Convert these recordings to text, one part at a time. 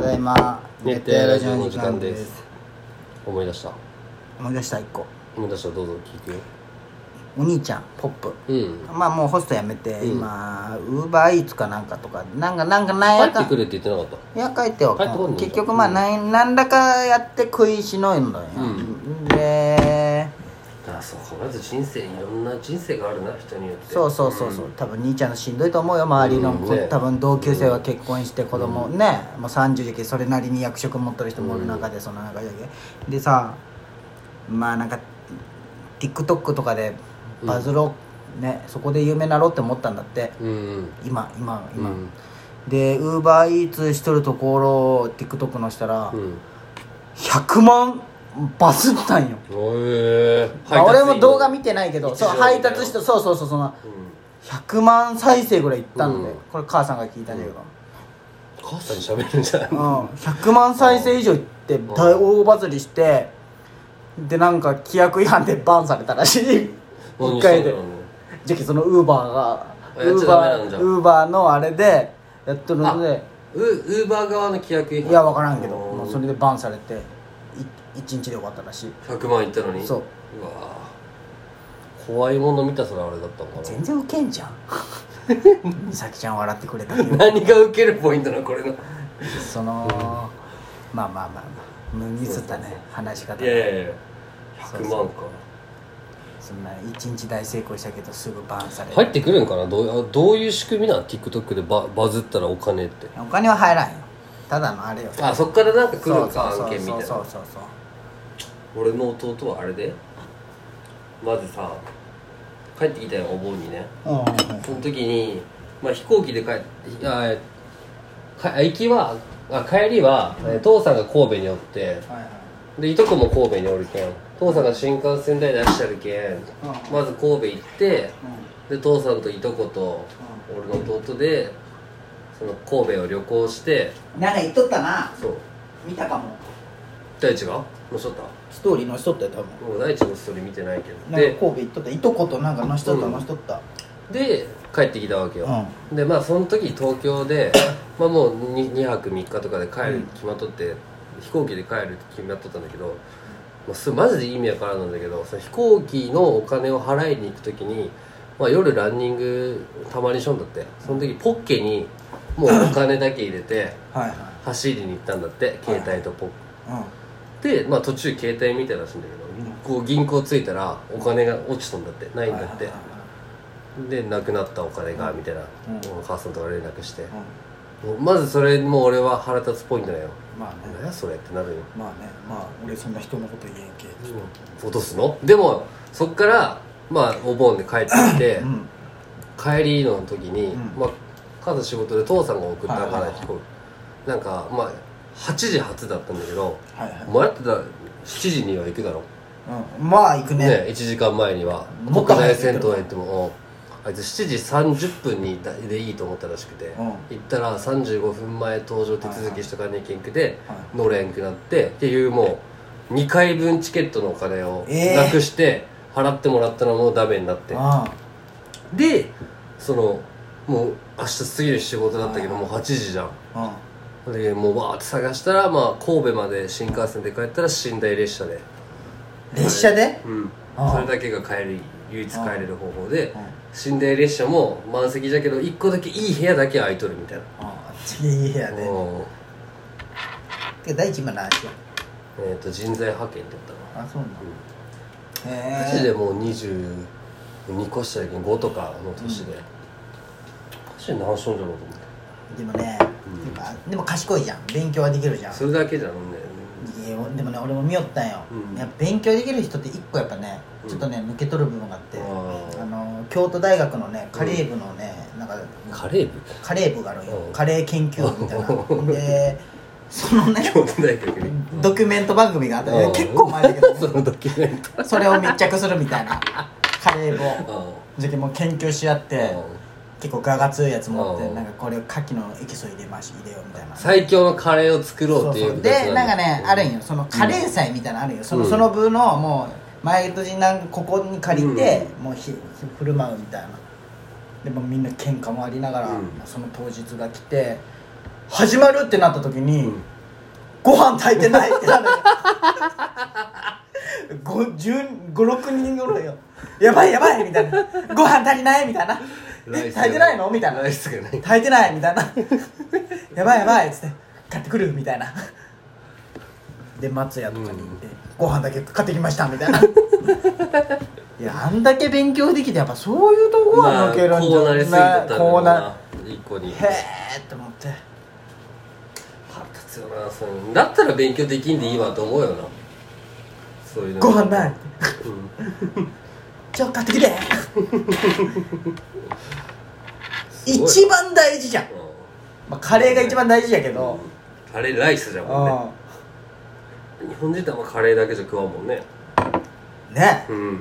だいま熱帯ラジオの時間です。思い出した 1個思い出した。どうぞ聞くよ。 お兄ちゃんポップ、まあもうホスト辞めて、今ウーバーイーツかなんかとかなんやか帰ってくれって言ってなかった。 いや帰っては結局まあなんだかやって食いしのいんだよ、でそうまず人生いろんな人生があるな、人によって。 そう、多分兄ちゃんのしんどいと思うよ、周りの、多分同級生は結婚して子供、ねもう30時期それなりに役職持ってる人もおる中で、その中でさ、まあなんか TikTok とかでバズろう、ねそこで有名になろうって思ったんだって、今、でウーバーイーツしとるところを TikTok のしたら、100万バズったんよ。まあ、俺も動画見てないけど、そう配達してその100万再生ぐらいいったので、これ母さんが聞いたんだけど、 母さんに喋るんじゃない？ 100万再生以上いって大バズりして、でなんか規約違反でバンされたらしい。1回でじゃあそのウーバーのあれでやっとるので、 ウーバー側の規約違反、 いや分からんけど、もうそれでバンされて1日で終わったらしい。 100万いったのに。そう、うわ怖いもの見た。それあれだったのかな。 全然ウケんじゃん美咲ちゃん笑ってくれたけど何がウケるポイントなのこれのそのまあミスったね話し方。 いや100万か。 そんな1日大成功したけどすぐバンされる。 入ってくるんかな。どういう仕組みなの TikTok でバズったらお金って。 お金は入らんよ、ただのあれよ。 そっからなんか来るんか、案件みたいな。 そう俺の弟はあれでまずさ帰ってきたよ、お盆にね。その時に、まあ、飛行機で帰りは、父さんが神戸におって、でいとこも神戸におるけん、父さんが新幹線代出しちゃるけん、まず神戸行って、で父さんといとこと、俺の弟でその神戸を旅行して。 なんか言っとったな。 そう見たかも。 大地が載しとったストーリー載しとったよ多分。 大地のストーリー見てないけど、 で神戸行っとった、いとことなんか載しとったで帰ってきたわけよ、でまあその時東京でまあもう 2泊3日とかで帰る決まっとって、飛行機で帰るって決まっとったんだけど、マジで意味わからんんだけど、その飛行機のお金を払いに行く時に、まあ、夜ランニングたまにしょんだって。その時ポッケにもうお金だけ入れて走りに行ったんだって、携帯とポッケ、で、まあ、途中携帯見たらしいんだけど、こう銀行着いたらお金が落ちとんだって、ないんだって、でなくなったお金がみたいな、お母さんとか連絡して、まずそれもう俺は腹立つポイントだよ。 まあね、 何やそれってなるよ。 まあね、まあ俺そんな人のこと言えんけ落とすの。でもそっからまあお盆で帰ってきて、帰りの時に、まあ母さん仕事で父さんが送ったから飛行機、なんかまあ8時発だったんだけど、もらってたら7時には行くだろ。 まあ行くね。 1時間前には国内線とは言っても、あいつ7時30分にでいいと思ったらしくて、行ったら35分前搭乗手続きしとかねけんくで乗れんくなって、っていうもう2回分チケットのお金をなくして払ってもらったのもダメになって、でそのもう明日次の仕事だったけどもう8時じゃん。でもうわーって探したら、まあ神戸まで新幹線で帰ったら寝台列車で。それだけが唯一帰れる方法で、寝台列車も満席だけど1個だけいい部屋だけ空いとるみたいな。 いい部屋で。第一今何しよう。人材派遣だったの。 そうなの。 マジでもう22個下だけど5とかの年で、マジで何しょんじゃろうと思って。 でもね、でも賢いじゃん、勉強はできるじゃん。 それだけじゃんね。 でもね俺も見よったんよ、やっぱ勉強できる人って一個やっぱねちょっとね抜け取る部分があって、京都大学のねカレー部のね、なんかカレー部があるんよ、カレー研究部みたいなでそのね京都大学にドキュメント番組があったね、結構前だけどそのドキュメントそれを密着するみたいなカレー部をじゃもう研究し合って、結構我が強いやつ持って、なんかこれ牡蠣のエキスを入れようみたいな、 最強のカレーを作ろうっていう。 でなんかね、あるんよ、そのカレー祭みたいなのあるんよ、その部のもう毎年なんかここに借りて、もう振る舞うみたいな。でもみんな喧嘩もありながら、その当日が来て始まるってなった時に、 ご飯炊いてないってなるよ5,6人ぐらいよやばいやばいみたいなご飯足りないみたいな炊いてないのみたいなライスがない炊いてないみたいなやばいやばいっつって買ってくるみたいなで松屋とかに行って、ご飯だけ買ってきましたみたいないやあんだけ勉強できてやっぱそういうとこは抜けるんじゃない、 こうなりすぎてたんだろうな一個にへえって思って腹立つよなそういうのだったら勉強できんでいいわと思うよなそういうのご飯ないちょ買ってきて一番大事じゃん、まあ、カレーが一番大事やけど、 カレーライスじゃもんね日本人ってあんまカレーだけじゃ食わんもんねねうん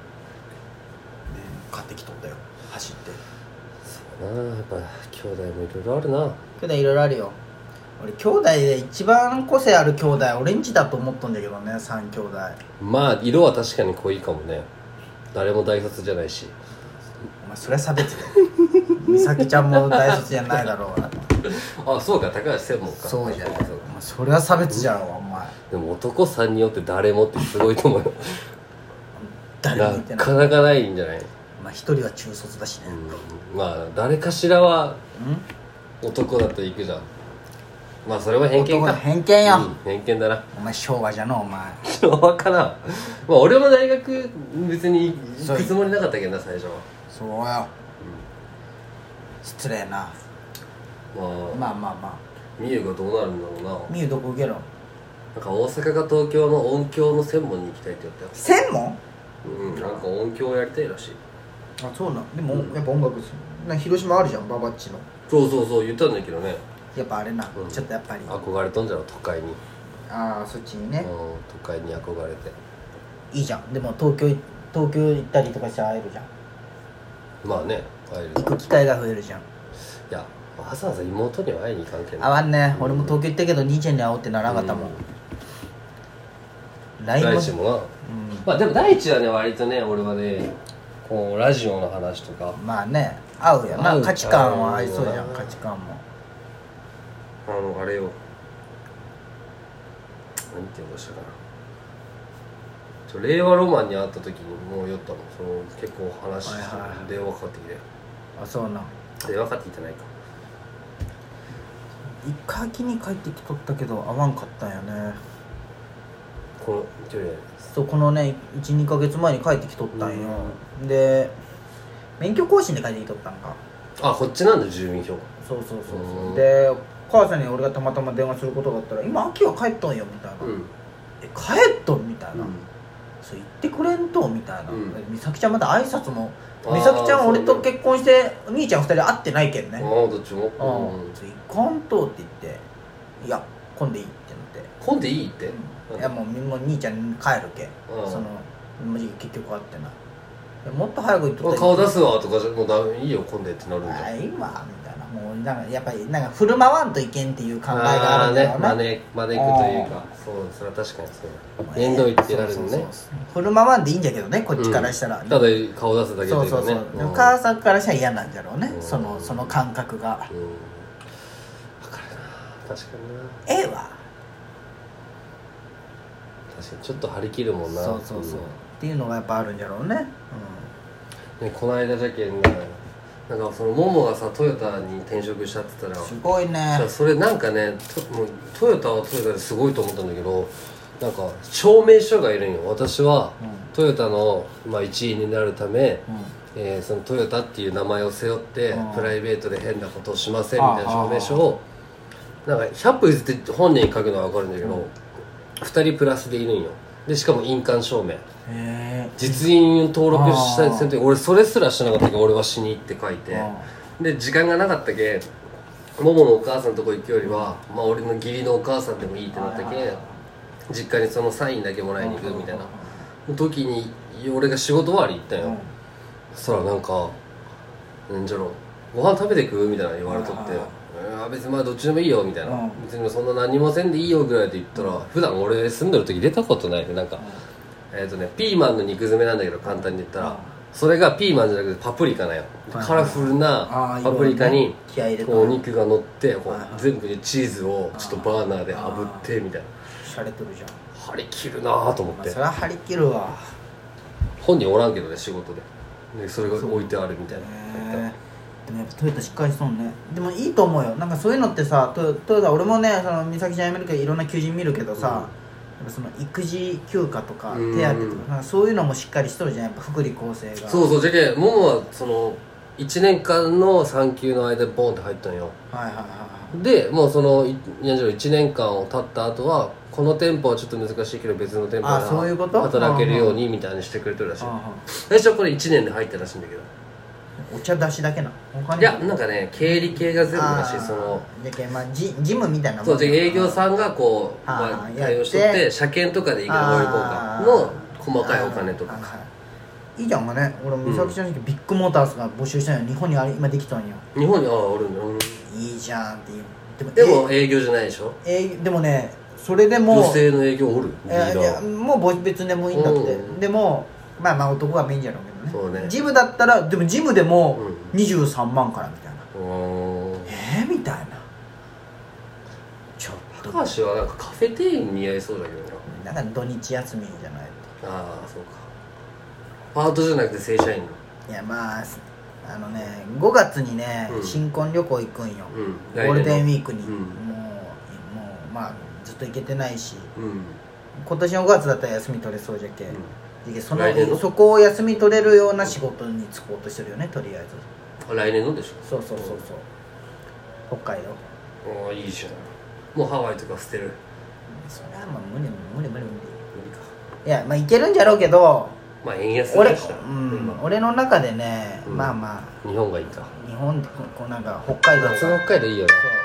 買ってきとったよ走ってそうなやっぱ兄弟もいろいろあるな兄弟いろいろあるよ俺兄弟で一番個性ある兄弟俺んちだと思っとんだけどね3兄弟まあ色は確かに濃いかもね誰も大卒じゃないしお前それは差別だよ美咲ちゃんも大卒じゃないだろうなあそうか高橋専門かそうじゃないそれは差別じゃろお前でも男3人おって誰もってすごいと思うよ誰もいてないなかなかないんじゃない、 まあ一人は中卒だしね、 まあ誰かしらは男だと行くじゃんまあそれは偏見か偏見よ、 偏見だなお前昭和じゃのお前昭和かなまあ俺も大学別に行くつもりなかったけどな最初はそうよ、失礼なまあまあみゆがどうなるんだろうなみゆどこ受けろなんか大阪か東京の音響の専門に行きたいって言ったよ専門なんか音響やりたいらしいあそうなんでも、やっぱ音楽する広島あるじゃんババッチのそう言ったんだけどねやっぱあれな、ちょっとやっぱり憧れとんじゃろ都会にああそっちにね、 都会に憧れていいじゃんでも東京行ったりとかして会えるじゃんまあね会える行く機会が増えるじゃんいやわざわざ妹には会いに行かんけん会わんね、俺も東京行ったけど兄ちゃんに会おうってならなかったもん、 大地もな、まあでも大地はね割とね俺はねこうラジオの話とかまあね合うやな価値観は合いそうじゃん価値観もあれよ何て言うのしたかな令和ロマンに会った時にもう酔ったのその結構話して、電話かかってきてあそうなん電話かかってきてないか一回秋に帰ってきとったけど会わんかったんよねこの距離そうこのね 1,2 ヶ月前に帰ってきとったんよ、で免許更新で帰ってきとったんかあこっちなんだ住民票そうで母さんに俺がたまたま電話することがあったら今秋は帰っとんよみたいな、帰っとんみたいな、そう言ってくれんとみたいな、美咲ちゃんまだ挨拶も美咲ちゃん俺と結婚して兄ちゃん2人会ってないけんねどっちもそう行かんとって言っていや今でいいってなって今でいいって、 いやもう兄ちゃん帰るけ、そのマジ結局会ってないもっと早く言っとったら顔出すわとかじゃもうダメいいよ今でってなるんだ今みたいなもうなんかやっぱりなんか振る舞わんといけんっていう考えがあるんだろうな招くというかそうそれは確かにそう面倒いってなるんね振る舞わんでいいんだけどねこっちからしたら、 ただ顔出すだけでねそうでも母さんからしたら嫌なんじゃろうね、その感覚が、 分かるな確かになええわ確かにちょっと張り切るもんなそうっていうのがやっぱあるんじゃろうね、 この間じゃけんねなんかそのモモがさトヨタに転職しちゃってたらすごいねそれなんかねもうトヨタはトヨタですごいと思ったんだけどなんか証明書がいるんよ私は、トヨタの、1位になるため、そのトヨタっていう名前を背負って、プライベートで変なことをしませんみたいな証明書をなんか100歩譲って本人に書くのは分かるんだけど、2人プラスでいるんよでしかも印鑑証明実印登録したりすると俺それすらしなかったけど俺は死にって書いてで時間がなかったけもものお母さんのとこ行くよりは、俺の義理のお母さんでもいいってなったけ実家にそのサインだけもらいに行くみたいな時に俺が仕事終わり行ったよ、そしたらなんかなんじゃろご飯食べてくみたいな言われとって別にどっちでもいいよみたいな、別にそんな何もせんでいいよぐらいで言ったら、普段俺住んでる時出たことないでなんか、ピーマンの肉詰めなんだけど簡単に言ったら、 それがピーマンじゃなくてパプリカなんよ、カラフルなパプリカにこう肉が乗ってこう全部にチーズをちょっとバーナーで炙ってみたいな。 しゃれとるじゃん。 張り切るなぁと思って、 それは張り切るわ。 本人おらんけどね、仕事でそれが置いてあるみたいな。 でもやっぱトヨタしっかりしそうね。でもいいと思うよ。なんかそういうのってさ、トヨタ俺もね、その美咲ちゃん辞めるからいろんな求人見るけどさ、やっぱその育児休暇とか手当とか、なんかそういうのもしっかりしとるじゃん、やっぱ福利厚生が。 そうそう、じゃけももはその1年間の産休の間でボンって入ったんよ。 はいはいはい。 でもうその1年間を経った後はこの店舗はちょっと難しいけど別の店舗で働けるようにみたいにしてくれてるらしい。最初はこれ1年で入ったらしいんだけど、 お茶出しだけな。 いやなんかね経理系が全部らしい。そのまあジムみたいなもん。 そうで営業さんがこう対応しとって車検とかでいくら乗り込むかの細かいお金とか。 いいじゃんがね。俺美咲ちゃんにビッグモーターズが募集したんよ。日本に今できたんよ。 日本におるんだよ。 いいじゃんっていう。 でも営業じゃないでしょ。 でもね、それでも女性の営業おる。 いやもう別でもいいんだって。でもまあ男がメインじゃろうけどね。ジムだったらでもジムでも23万からみたいな。みたいな。ちょっと高橋はなんかカフェ店員似合いそうだけどな。なんか土日休みじゃないと。ああそうか。パートじゃなくて正社員の。 いやまあ5月にね、新婚旅行行くんよ、ゴールデンウィークに、もうまあずっと行けてないし、今年の5月だったら休み取れそうじゃけ、そこを休み取れるような仕事に就こうとしてるよね、とりあえず。来年のでしょ。 そう北海道。 ああいいじゃん。もうハワイとか捨てる。 それはもう無理か。いやまあ行けるんじゃろうけど、 まあ円安だし俺の中でね、まあ日本がいいか。 日本こうなんか北海道夏の北海道いいよね。 そう